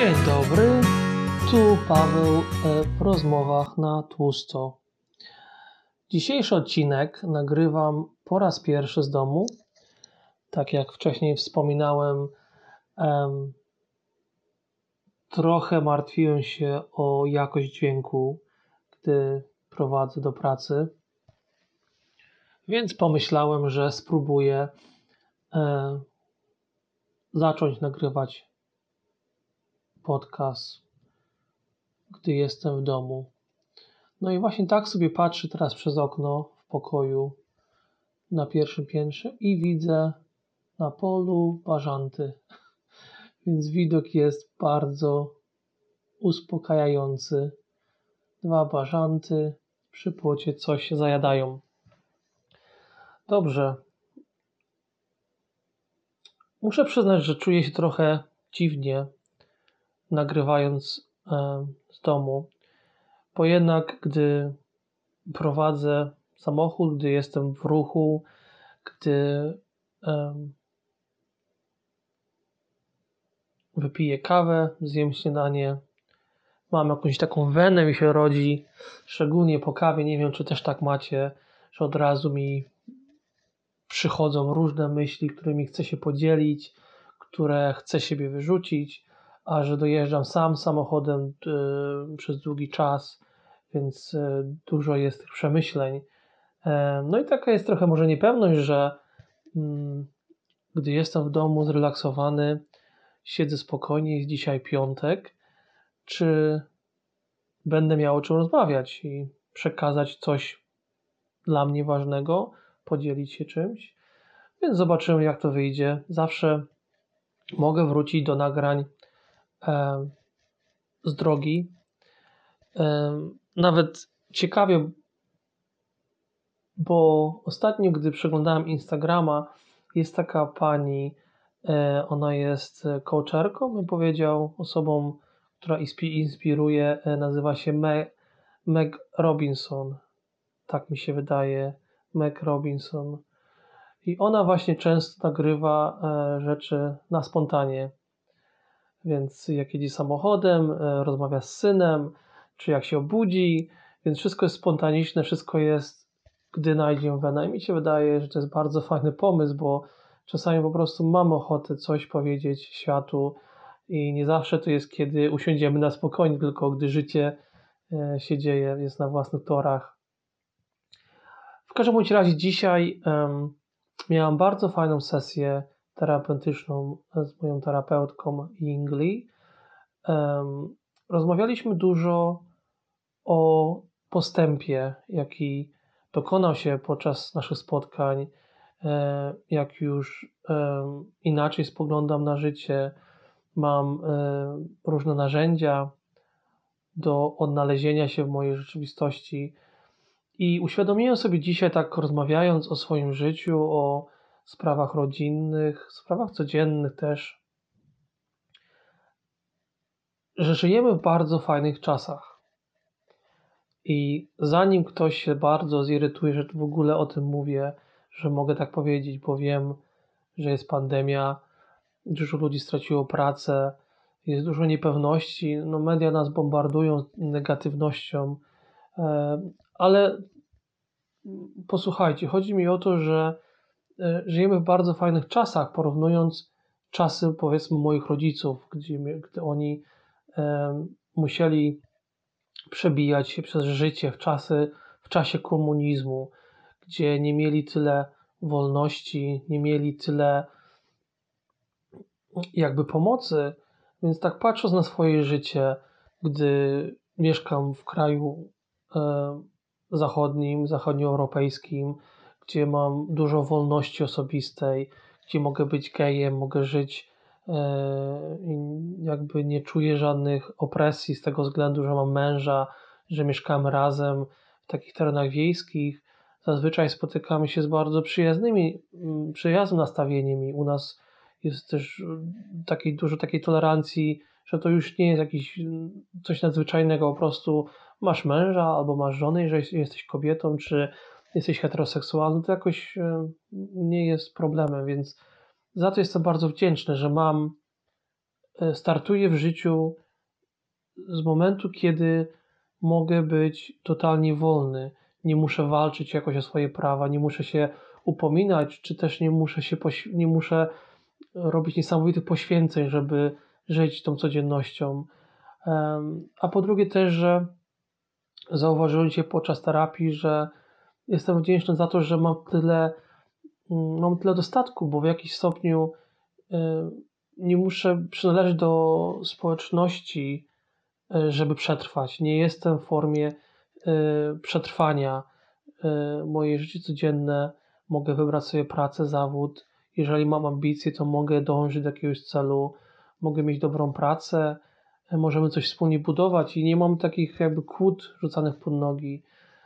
Dzień dobry, tu Paweł w rozmowach na tłusto. Dzisiejszy odcinek nagrywam po raz pierwszy z domu. Tak jak wcześniej wspominałem, trochę martwiłem się o jakość dźwięku, gdy prowadzę do pracy, więc pomyślałem, że spróbuję zacząć nagrywać podcast, gdy jestem w domu. No i właśnie tak sobie patrzę teraz przez okno w pokoju na pierwszym piętrze i widzę na polu bażanty. Więc widok jest bardzo uspokajający. 2 bażanty przy płocie coś się zajadają. Dobrze. Muszę przyznać, że czuję się trochę dziwnie nagrywając z domu, bo jednak gdy prowadzę samochód, gdy jestem w ruchu, gdy wypiję kawę, zjem śniadanie, mam jakąś taką wenę mi się rodzi, szczególnie po kawie, nie wiem czy też tak macie, że od razu mi przychodzą różne myśli, którymi chcę się podzielić, które chcę siebie wyrzucić, a że dojeżdżam sam samochodem przez długi czas, więc dużo jest tych przemyśleń. No i taka jest trochę może niepewność, że gdy jestem w domu zrelaksowany, siedzę spokojnie, jest dzisiaj piątek, czy będę miał o czym rozmawiać i przekazać coś dla mnie ważnego, podzielić się czymś. Więc zobaczymy, jak to wyjdzie. Zawsze mogę wrócić do nagrań z drogi. Nawet ciekawie, bo ostatnio, gdy przeglądałem Instagrama, jest taka pani, ona jest coacherką, bym powiedział, osobą, która inspiruje, nazywa się Meg Robinson. Tak mi się wydaje, Meg Robinson. I ona właśnie często nagrywa rzeczy na spontanie. Więc jak jedzie samochodem, rozmawia z synem, czy jak się obudzi, więc wszystko jest spontaniczne, wszystko jest, gdy najdzie wenę. I mi się wydaje, że to jest bardzo fajny pomysł, bo czasami po prostu mam ochotę coś powiedzieć światu i nie zawsze to jest, kiedy usiądziemy na spokojnie, tylko gdy życie się dzieje, jest na własnych torach. W każdym bądź razie dzisiaj miałam bardzo fajną sesję terapeutyczną z moją terapeutką Yingli. Rozmawialiśmy dużo o postępie, jaki dokonał się podczas naszych spotkań, jak już inaczej spoglądam na życie, mam różne narzędzia do odnalezienia się w mojej rzeczywistości i uświadomiłem sobie dzisiaj, tak rozmawiając o swoim życiu, o sprawach rodzinnych, sprawach codziennych też, że żyjemy w bardzo fajnych czasach. I zanim ktoś się bardzo zirytuje, że w ogóle o tym mówię, że mogę tak powiedzieć, bo wiem, że jest pandemia, dużo ludzi straciło pracę, jest dużo niepewności, no media nas bombardują negatywnością, ale posłuchajcie, chodzi mi o to, że żyjemy w bardzo fajnych czasach, porównując czasy, powiedzmy, moich rodziców, gdy oni musieli przebijać się przez życie w czasie komunizmu, gdzie nie mieli tyle wolności, nie mieli tyle jakby pomocy, więc tak patrząc na swoje życie, gdy mieszkam w kraju zachodnioeuropejskim, gdzie mam dużo wolności osobistej, gdzie mogę być gejem, mogę żyć i jakby nie czuję żadnych opresji z tego względu, że mam męża, że mieszkamy razem w takich terenach wiejskich. Zazwyczaj spotykamy się z bardzo przyjaznym nastawieniem i u nas jest też dużo takiej tolerancji, że to już nie jest jakieś coś nadzwyczajnego, po prostu masz męża albo masz żonę, jeżeli jesteś kobietą, czy jesteś heteroseksualny, to jakoś nie jest problemem, więc za to jestem bardzo wdzięczny, że mam startuję w życiu z momentu, kiedy mogę być totalnie wolny. Nie muszę walczyć jakoś o swoje prawa, nie muszę się upominać, czy też nie muszę robić niesamowitych poświęceń, żeby żyć tą codziennością. A po drugie też, że zauważyłem dzisiaj podczas terapii, że jestem wdzięczny za to, że mam tyle dostatku, bo w jakiś stopniu nie muszę przynależeć do społeczności, żeby przetrwać. Nie jestem w formie przetrwania. Moje życie codzienne, mogę wybrać sobie pracę, zawód. Jeżeli mam ambicje, to mogę dążyć do jakiegoś celu, mogę mieć dobrą pracę, możemy coś wspólnie budować i nie mam takich jakby kłód rzucanych pod nogi.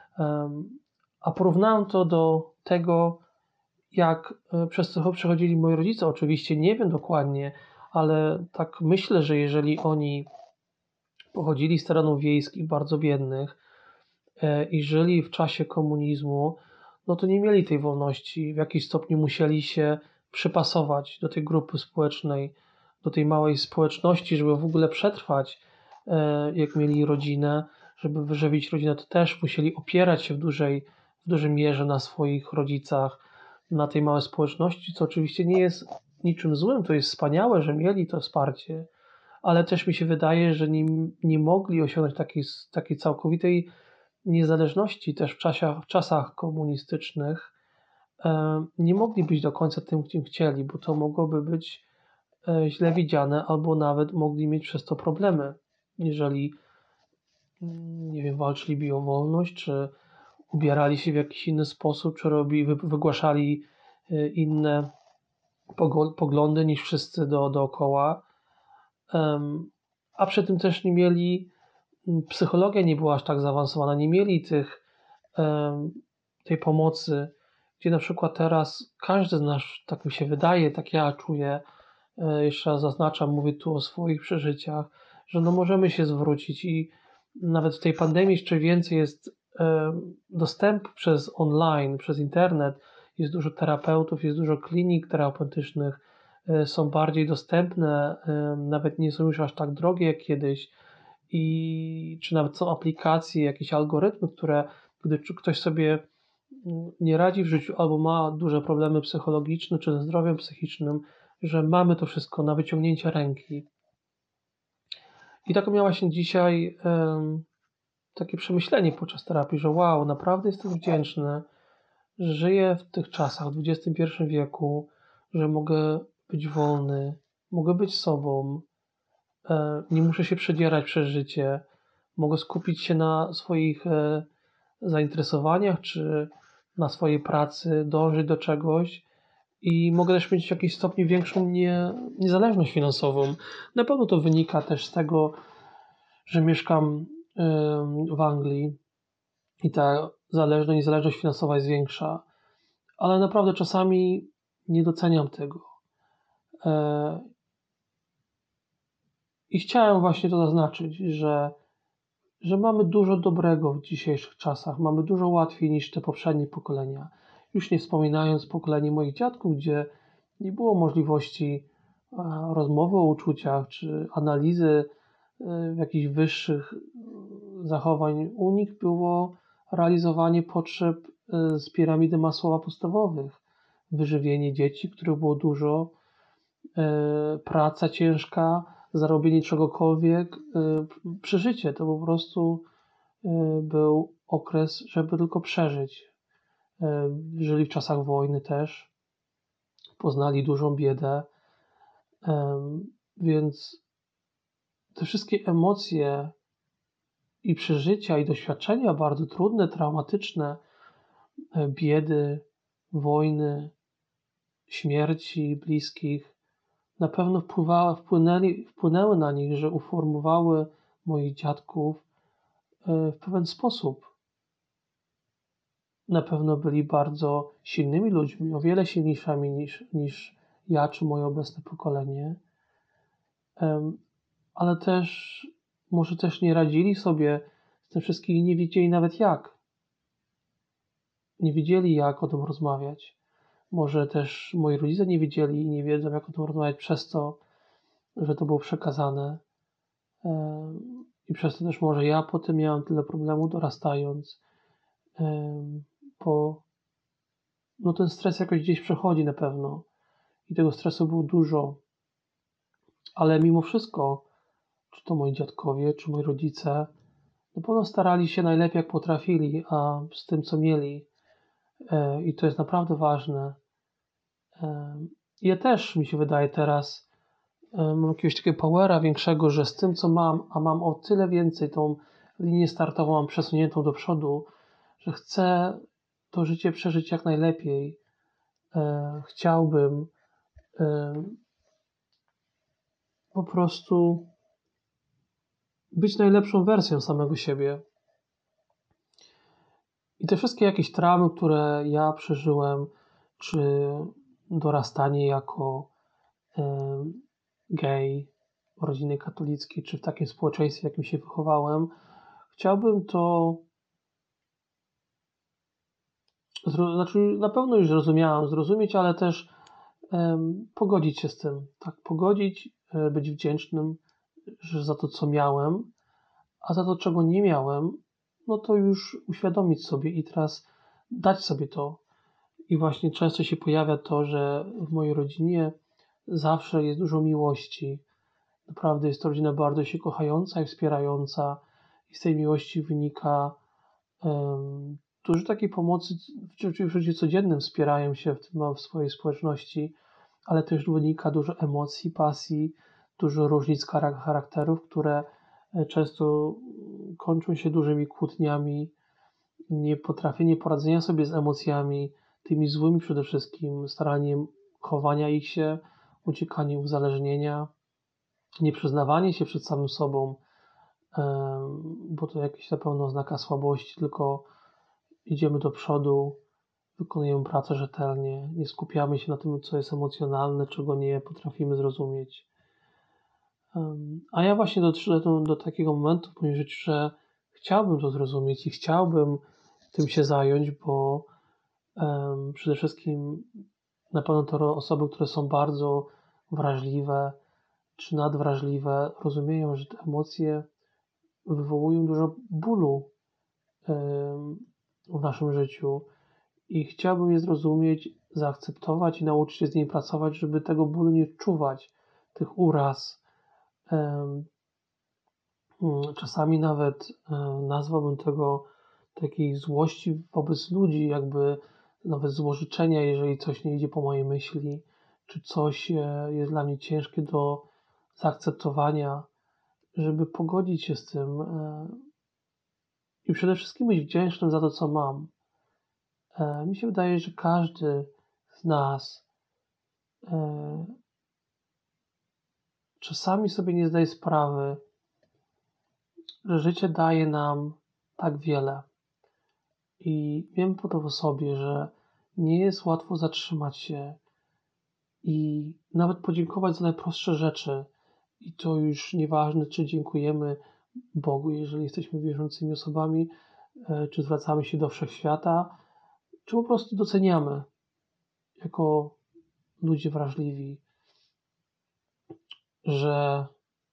A porównałem to do tego, jak przez co przechodzili moi rodzice. Oczywiście nie wiem dokładnie, ale tak myślę, że jeżeli oni pochodzili z terenów wiejskich, bardzo biednych i żyli w czasie komunizmu, no to nie mieli tej wolności. W jakiś stopniu musieli się przypasować do tej grupy społecznej, do tej małej społeczności, żeby w ogóle przetrwać. Jak mieli rodzinę, żeby wyżywić rodzinę, to też musieli opierać się w dużej mierze na swoich rodzicach, na tej małej społeczności, co oczywiście nie jest niczym złym, to jest wspaniałe, że mieli to wsparcie, ale też mi się wydaje, że nie mogli osiągnąć takiej całkowitej niezależności też w czasach komunistycznych. Nie mogli być do końca tym, kim chcieli, bo to mogłoby być źle widziane, albo nawet mogli mieć przez to problemy, jeżeli nie wiem, walczyliby o wolność, czy ubierali się w jakiś inny sposób, czy wygłaszali inne poglądy niż wszyscy dookoła. A przy tym też nie mieli, psychologia nie była aż tak zaawansowana, nie mieli tej pomocy, gdzie na przykład teraz każdy z nas, tak mi się wydaje, tak ja czuję, jeszcze raz zaznaczam, mówię tu o swoich przeżyciach, że no możemy się zwrócić i nawet w tej pandemii jeszcze więcej jest dostępu przez online, przez internet, jest dużo terapeutów, jest dużo klinik terapeutycznych, są bardziej dostępne, nawet nie są już aż tak drogie jak kiedyś i czy nawet są aplikacje, jakieś algorytmy, które gdy ktoś sobie nie radzi w życiu albo ma duże problemy psychologiczne czy ze zdrowiem psychicznym, że mamy to wszystko na wyciągnięcie ręki. I tak miała się dzisiaj takie przemyślenie podczas terapii, że wow, naprawdę jestem wdzięczny, że żyję w tych czasach, w XXI wieku, że mogę być wolny, mogę być sobą, nie muszę się przedzierać przez życie, mogę skupić się na swoich zainteresowaniach czy na swojej pracy, dążyć do czegoś i mogę też mieć w jakimś stopniu większą niezależność finansową. Na pewno to wynika też z tego, że mieszkam w Anglii i ta niezależność finansowa jest większa, ale naprawdę czasami nie doceniam tego. I chciałem właśnie to zaznaczyć, że mamy dużo dobrego w dzisiejszych czasach, mamy dużo łatwiej niż te poprzednie pokolenia. Już nie wspominając pokolenie moich dziadków, gdzie nie było możliwości rozmowy o uczuciach czy analizy jakichś wyższych zachowań. U nich było realizowanie potrzeb z piramidy Masłowa podstawowych. Wyżywienie dzieci, których było dużo, praca ciężka, zarobienie czegokolwiek, przeżycie. To po prostu był okres, żeby tylko przeżyć. Żyli w czasach wojny też, poznali dużą biedę, więc te wszystkie emocje i przeżycia i doświadczenia bardzo trudne, traumatyczne, biedy, wojny, śmierci bliskich, na pewno wpłynęły na nich, że uformowały moich dziadków w pewien sposób. Na pewno byli bardzo silnymi ludźmi, o wiele silniejszymi niż ja czy moje obecne pokolenie, ale też może też nie radzili sobie z tym wszystkim i nie wiedzieli nawet jak. Nie wiedzieli jak o tym rozmawiać. Może też moi rodzice nie wiedzieli i nie wiedzą jak o tym rozmawiać, przez to że to było przekazane. I przez to też może ja potem miałem tyle problemów dorastając, bo no ten stres jakoś gdzieś przechodzi na pewno i tego stresu było dużo, ale mimo wszystko, czy to moi dziadkowie, czy moi rodzice, na pewno starali się najlepiej jak potrafili, a z tym co mieli i to jest naprawdę ważne. Ja też, mi się wydaje teraz, mam jakiegoś takiego powera większego, że z tym co mam, a mam o tyle więcej, tą linię startową mam przesuniętą do przodu, że chcę to życie przeżyć jak najlepiej. Chciałbym po prostu być najlepszą wersją samego siebie. I te wszystkie jakieś traumy, które ja przeżyłem, czy dorastanie jako gej w rodzinie katolickiej, czy w takim społeczeństwie, w jakim się wychowałem, chciałbym to, znaczy na pewno już zrozumieć, ale też pogodzić się z tym, tak, pogodzić, być wdzięcznym że za to, co miałem, a za to, czego nie miałem, no to już uświadomić sobie i teraz dać sobie to. I właśnie często się pojawia to, że w mojej rodzinie zawsze jest dużo miłości. Naprawdę jest to rodzina bardzo się kochająca i wspierająca i z tej miłości wynika dużo takiej pomocy w życiu codziennym, wspierają się w swojej społeczności, ale też wynika dużo emocji, pasji, dużo różnic charakterów, które często kończą się dużymi kłótniami, niepotrafienie poradzenia sobie z emocjami, tymi złymi przede wszystkim, staraniem chowania ich się, uciekanie uzależnienia, nieprzyznawanie się przed samym sobą, bo to jakieś na pewno oznaka słabości, tylko idziemy do przodu, wykonujemy pracę rzetelnie, nie skupiamy się na tym, co jest emocjonalne, czego nie potrafimy zrozumieć. A ja właśnie doszedłem do takiego momentu w moim życiu, że chciałbym to zrozumieć i chciałbym tym się zająć, bo przede wszystkim na pewno to osoby, które są bardzo wrażliwe czy nadwrażliwe, rozumieją, że te emocje wywołują dużo bólu w naszym życiu i chciałbym je zrozumieć, zaakceptować i nauczyć się z nimi pracować, żeby tego bólu nie czuwać, tych uraz. Czasami nawet nazwałbym tego takiej złości wobec ludzi, jakby nawet złożyczenia, jeżeli coś nie idzie po mojej myśli, czy coś jest dla mnie ciężkie do zaakceptowania, żeby pogodzić się z tym i przede wszystkim być wdzięcznym za to, co mam. Mi się wydaje, że każdy z nas czasami sobie nie zdaje sprawy, że życie daje nam tak wiele. I wiem po to w sobie, że nie jest łatwo zatrzymać się i nawet podziękować za najprostsze rzeczy. I to już nieważne, czy dziękujemy Bogu, jeżeli jesteśmy wierzącymi osobami, czy zwracamy się do wszechświata, czy po prostu doceniamy jako ludzie wrażliwi, że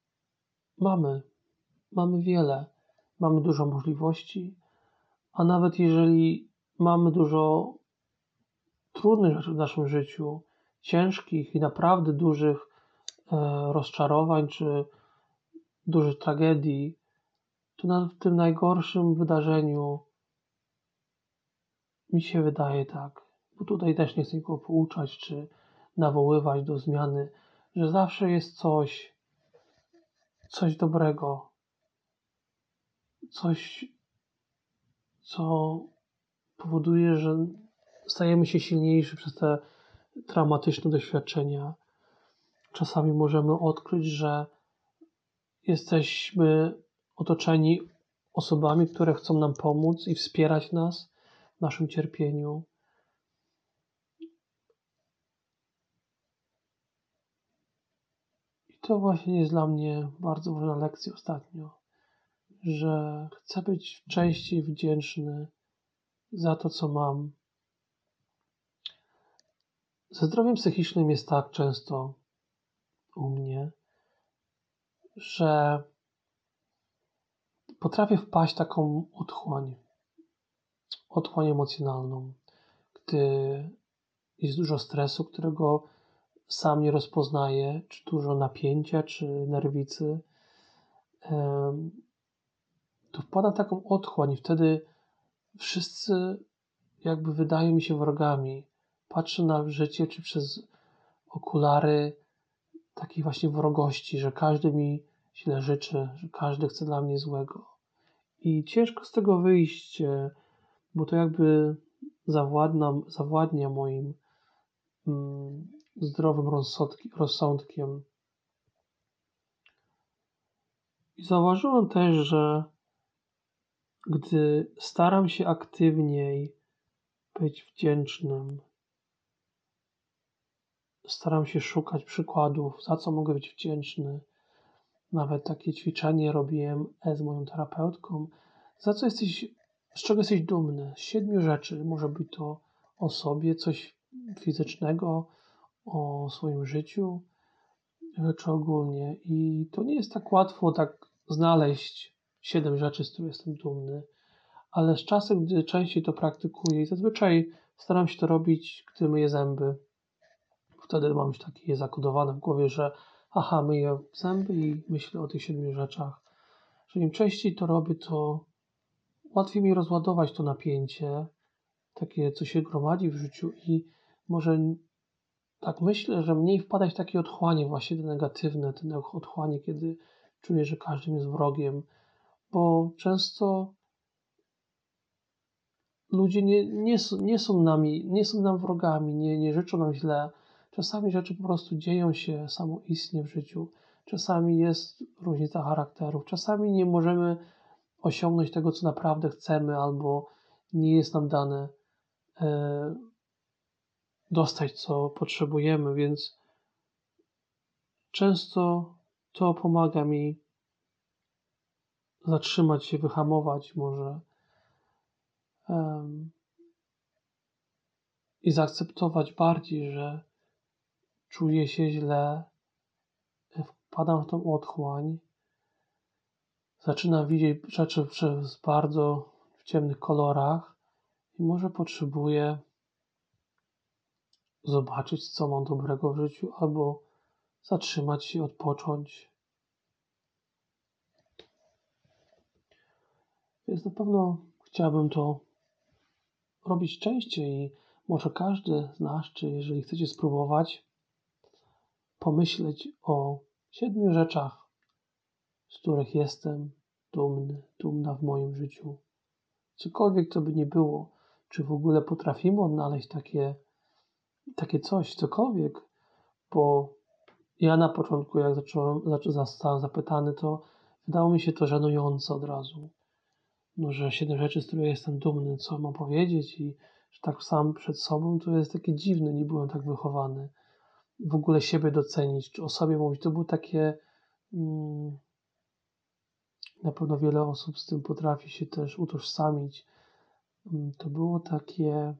mamy wiele, mamy dużo możliwości, a nawet jeżeli mamy dużo trudnych rzeczy w naszym życiu, ciężkich i naprawdę dużych rozczarowań czy dużych tragedii, to nawet w tym najgorszym wydarzeniu mi się wydaje tak, bo tutaj też nie chcę nikogo pouczać czy nawoływać do zmiany, że zawsze jest coś dobrego, coś, co powoduje, że stajemy się silniejsi przez te traumatyczne doświadczenia. Czasami możemy odkryć, że jesteśmy otoczeni osobami, które chcą nam pomóc i wspierać nas w naszym cierpieniu. I to właśnie jest dla mnie bardzo ważna lekcja ostatnio, że chcę być częściej wdzięczny za to, co mam. Ze zdrowiem psychicznym jest tak często u mnie, że potrafię wpaść w taką otchłań emocjonalną, gdy jest dużo stresu, którego sam nie rozpoznaję, czy dużo napięcia, czy nerwicy, to wpadam w taką otchłań i wtedy wszyscy jakby wydają mi się wrogami. Patrzę na życie, czy przez okulary takiej właśnie wrogości, że każdy mi źle życzy, że każdy chce dla mnie złego. I ciężko z tego wyjść, bo to jakby zawładnia moim zdrowym rozsądkiem. I zauważyłem też, że gdy staram się aktywniej być wdzięcznym, staram się szukać przykładów, za co mogę być wdzięczny. Nawet takie ćwiczenie robiłem z moją terapeutką. Z czego jesteś dumny? Z 7 rzeczy. Może być to o sobie, coś fizycznego, o swoim życiu, rzeczy ogólnie. I to nie jest tak łatwo tak znaleźć 7 rzeczy, z których jestem dumny, ale z czasem, gdy częściej to praktykuję i zazwyczaj staram się to robić, gdy myję zęby, wtedy mam już takie zakodowane w głowie, że myję zęby i myślę o tych 7 rzeczach. Że im częściej to robię, to łatwiej mi rozładować to napięcie, takie, co się gromadzi w życiu i może tak myślę, że mniej wpadać w takie otchłanie właśnie te negatywne, te otchłanie, kiedy czuję, że każdy jest wrogiem, bo często ludzie nie są nam wrogami, nie życzą nam źle. Czasami rzeczy po prostu dzieją się samoistnie w życiu. Czasami jest różnica charakterów. Czasami nie możemy osiągnąć tego, co naprawdę chcemy, albo nie jest nam dane dostać, co potrzebujemy, więc często to pomaga mi zatrzymać się, wyhamować może i zaakceptować bardziej, że czuję się źle, wpadam w tą otchłań, zaczynam widzieć rzeczy w bardzo ciemnych kolorach i może potrzebuję zobaczyć, co mam dobrego w życiu, albo zatrzymać się, odpocząć. Więc na pewno chciałbym to robić częściej i może każdy z nas, czy jeżeli chcecie spróbować, pomyśleć o 7 rzeczach, z których jestem dumny, dumna w moim życiu. Cokolwiek to by nie było, czy w ogóle potrafimy odnaleźć takie coś, cokolwiek, bo ja na początku, jak zostałem zapytany, to wydało mi się to żenujące od razu. No, że 7 rzeczy, z których jestem dumny, co mam powiedzieć i że tak sam przed sobą, to jest takie dziwne, nie byłem tak wychowany. W ogóle siebie docenić, czy o sobie mówić, to było takie na pewno wiele osób z tym potrafi się też utożsamić. To było takie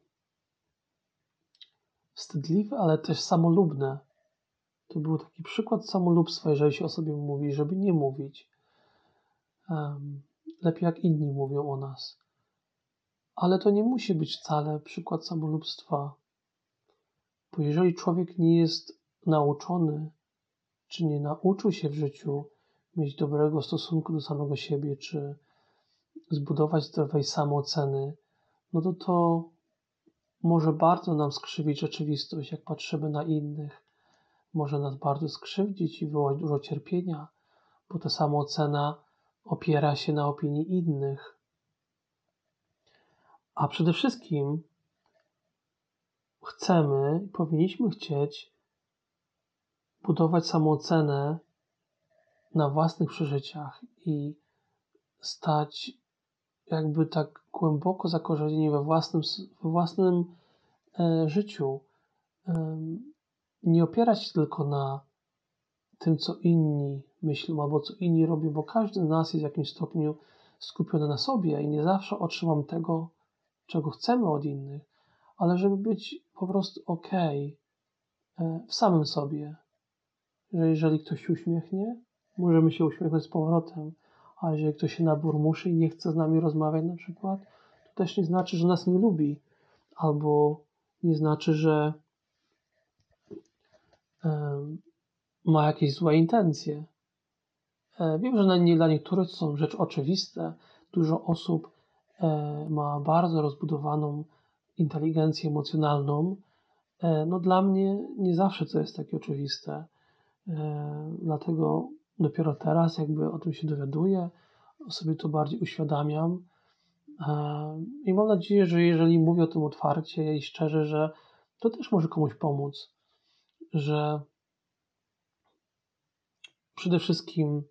wstydliwe, ale też samolubne. To był taki przykład samolubstwa, jeżeli się o sobie mówi, żeby nie mówić. Lepiej jak inni mówią o nas. Ale to nie musi być wcale przykład samolubstwa, bo jeżeli człowiek nie jest nauczony, czy nie nauczył się w życiu mieć dobrego stosunku do samego siebie, czy zbudować zdrowej samooceny, no to może bardzo nam skrzywić rzeczywistość, jak patrzymy na innych. Może nas bardzo skrzywdzić i wywołać dużo cierpienia, bo ta samoocena opiera się na opinii innych. A przede wszystkim powinniśmy chcieć budować samoocenę na własnych przeżyciach i stać jakby tak głęboko zakorzenieni we własnym życiu. Nie opierać się tylko na tym, co inni myślą albo co inni robią, bo każdy z nas jest w jakimś stopniu skupiony na sobie i nie zawsze otrzymam tego, czego chcemy od innych, ale żeby być po prostu w samym sobie, że jeżeli ktoś się uśmiechnie, możemy się uśmiechnąć z powrotem, a jeżeli ktoś się naburmuszy i nie chce z nami rozmawiać na przykład, to też nie znaczy, że nas nie lubi, albo nie znaczy, że ma jakieś złe intencje. Wiem, że dla niektórych to są rzeczy oczywiste. Dużo osób ma bardzo rozbudowaną inteligencję emocjonalną. No dla mnie nie zawsze to jest takie oczywiste. Dlatego dopiero teraz jakby o tym się dowiaduję, sobie to bardziej uświadamiam. I mam nadzieję, że jeżeli mówię o tym otwarcie i szczerze, że to też może komuś pomóc, że przede wszystkim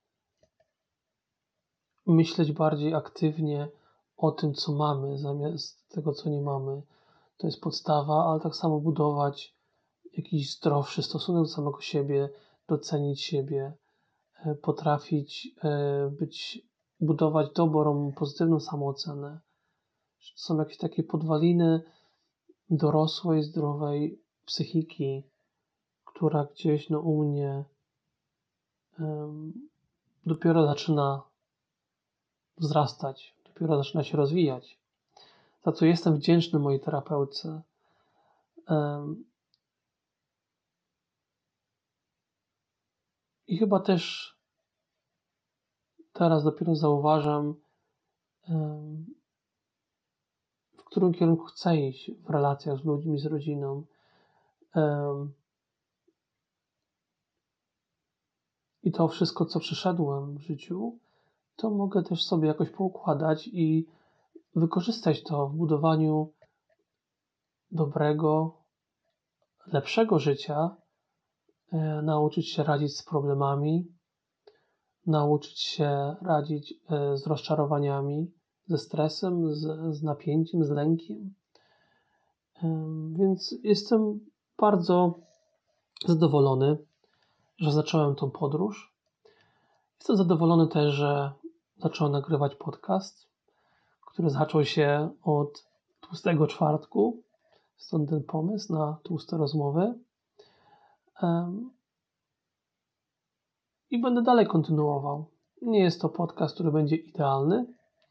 myśleć bardziej aktywnie o tym, co mamy, zamiast tego, co nie mamy. To jest podstawa, ale tak samo budować jakiś zdrowszy stosunek do samego siebie, docenić siebie, potrafić budować dobrą, pozytywną samoocenę. To są jakieś takie podwaliny dorosłej, zdrowej psychiki, która gdzieś u mnie dopiero zaczyna wzrastać, dopiero zaczyna się rozwijać. Za co jestem wdzięczny mojej terapeutce. I chyba też teraz dopiero zauważam, w którym kierunku chcę iść w relacjach z ludźmi, z rodziną. I to wszystko, co przeszedłem w życiu, to mogę też sobie jakoś poukładać i wykorzystać to w budowaniu dobrego, lepszego życia, nauczyć się radzić z problemami, nauczyć się radzić z rozczarowaniami, ze stresem, z napięciem, z lękiem. Więc jestem bardzo zadowolony, że zacząłem tą podróż. Jestem zadowolony też, że zacząłem nagrywać podcast, który zaczął się od tłustego czwartku. Stąd ten pomysł na tłuste rozmowy. I będę dalej kontynuował. Nie jest to podcast, który będzie idealny,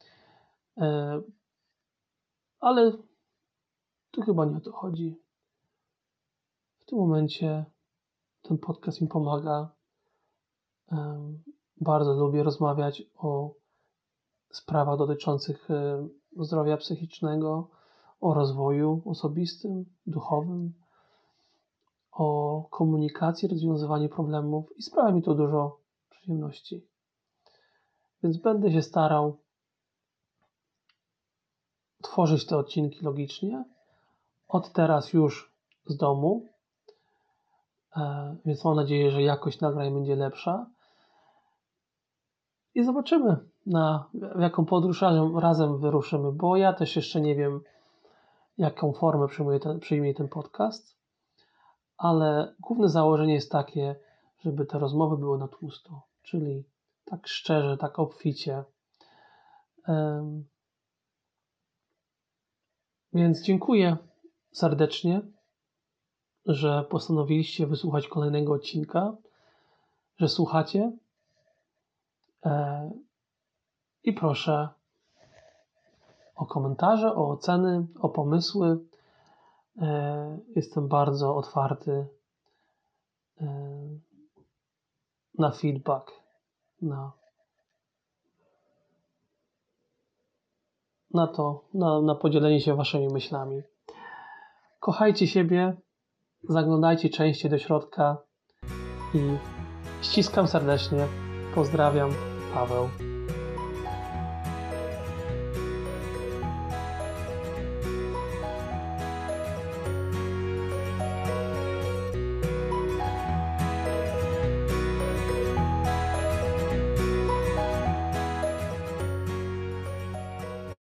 ale to chyba nie o to chodzi. W tym momencie ten podcast mi pomaga. Bardzo lubię rozmawiać o sprawach dotyczących zdrowia psychicznego, o rozwoju osobistym, duchowym, o komunikacji, rozwiązywaniu problemów i sprawia mi to dużo przyjemności. Więc będę się starał tworzyć te odcinki logicznie, od teraz już z domu, więc mam nadzieję, że jakość nagrań będzie lepsza i zobaczymy, w jaką podróż razem wyruszymy, bo ja też jeszcze nie wiem, jaką formę przyjmie ten podcast, ale główne założenie jest takie, żeby te rozmowy były na tłusto, czyli tak szczerze, tak obficie. Więc dziękuję serdecznie, że postanowiliście wysłuchać kolejnego odcinka, że słuchacie i proszę o komentarze, o oceny, o pomysły. Jestem bardzo otwarty na feedback, na podzielenie się waszymi myślami. Kochajcie siebie, zaglądajcie częściej do środka i ściskam serdecznie. Pozdrawiam, Paweł.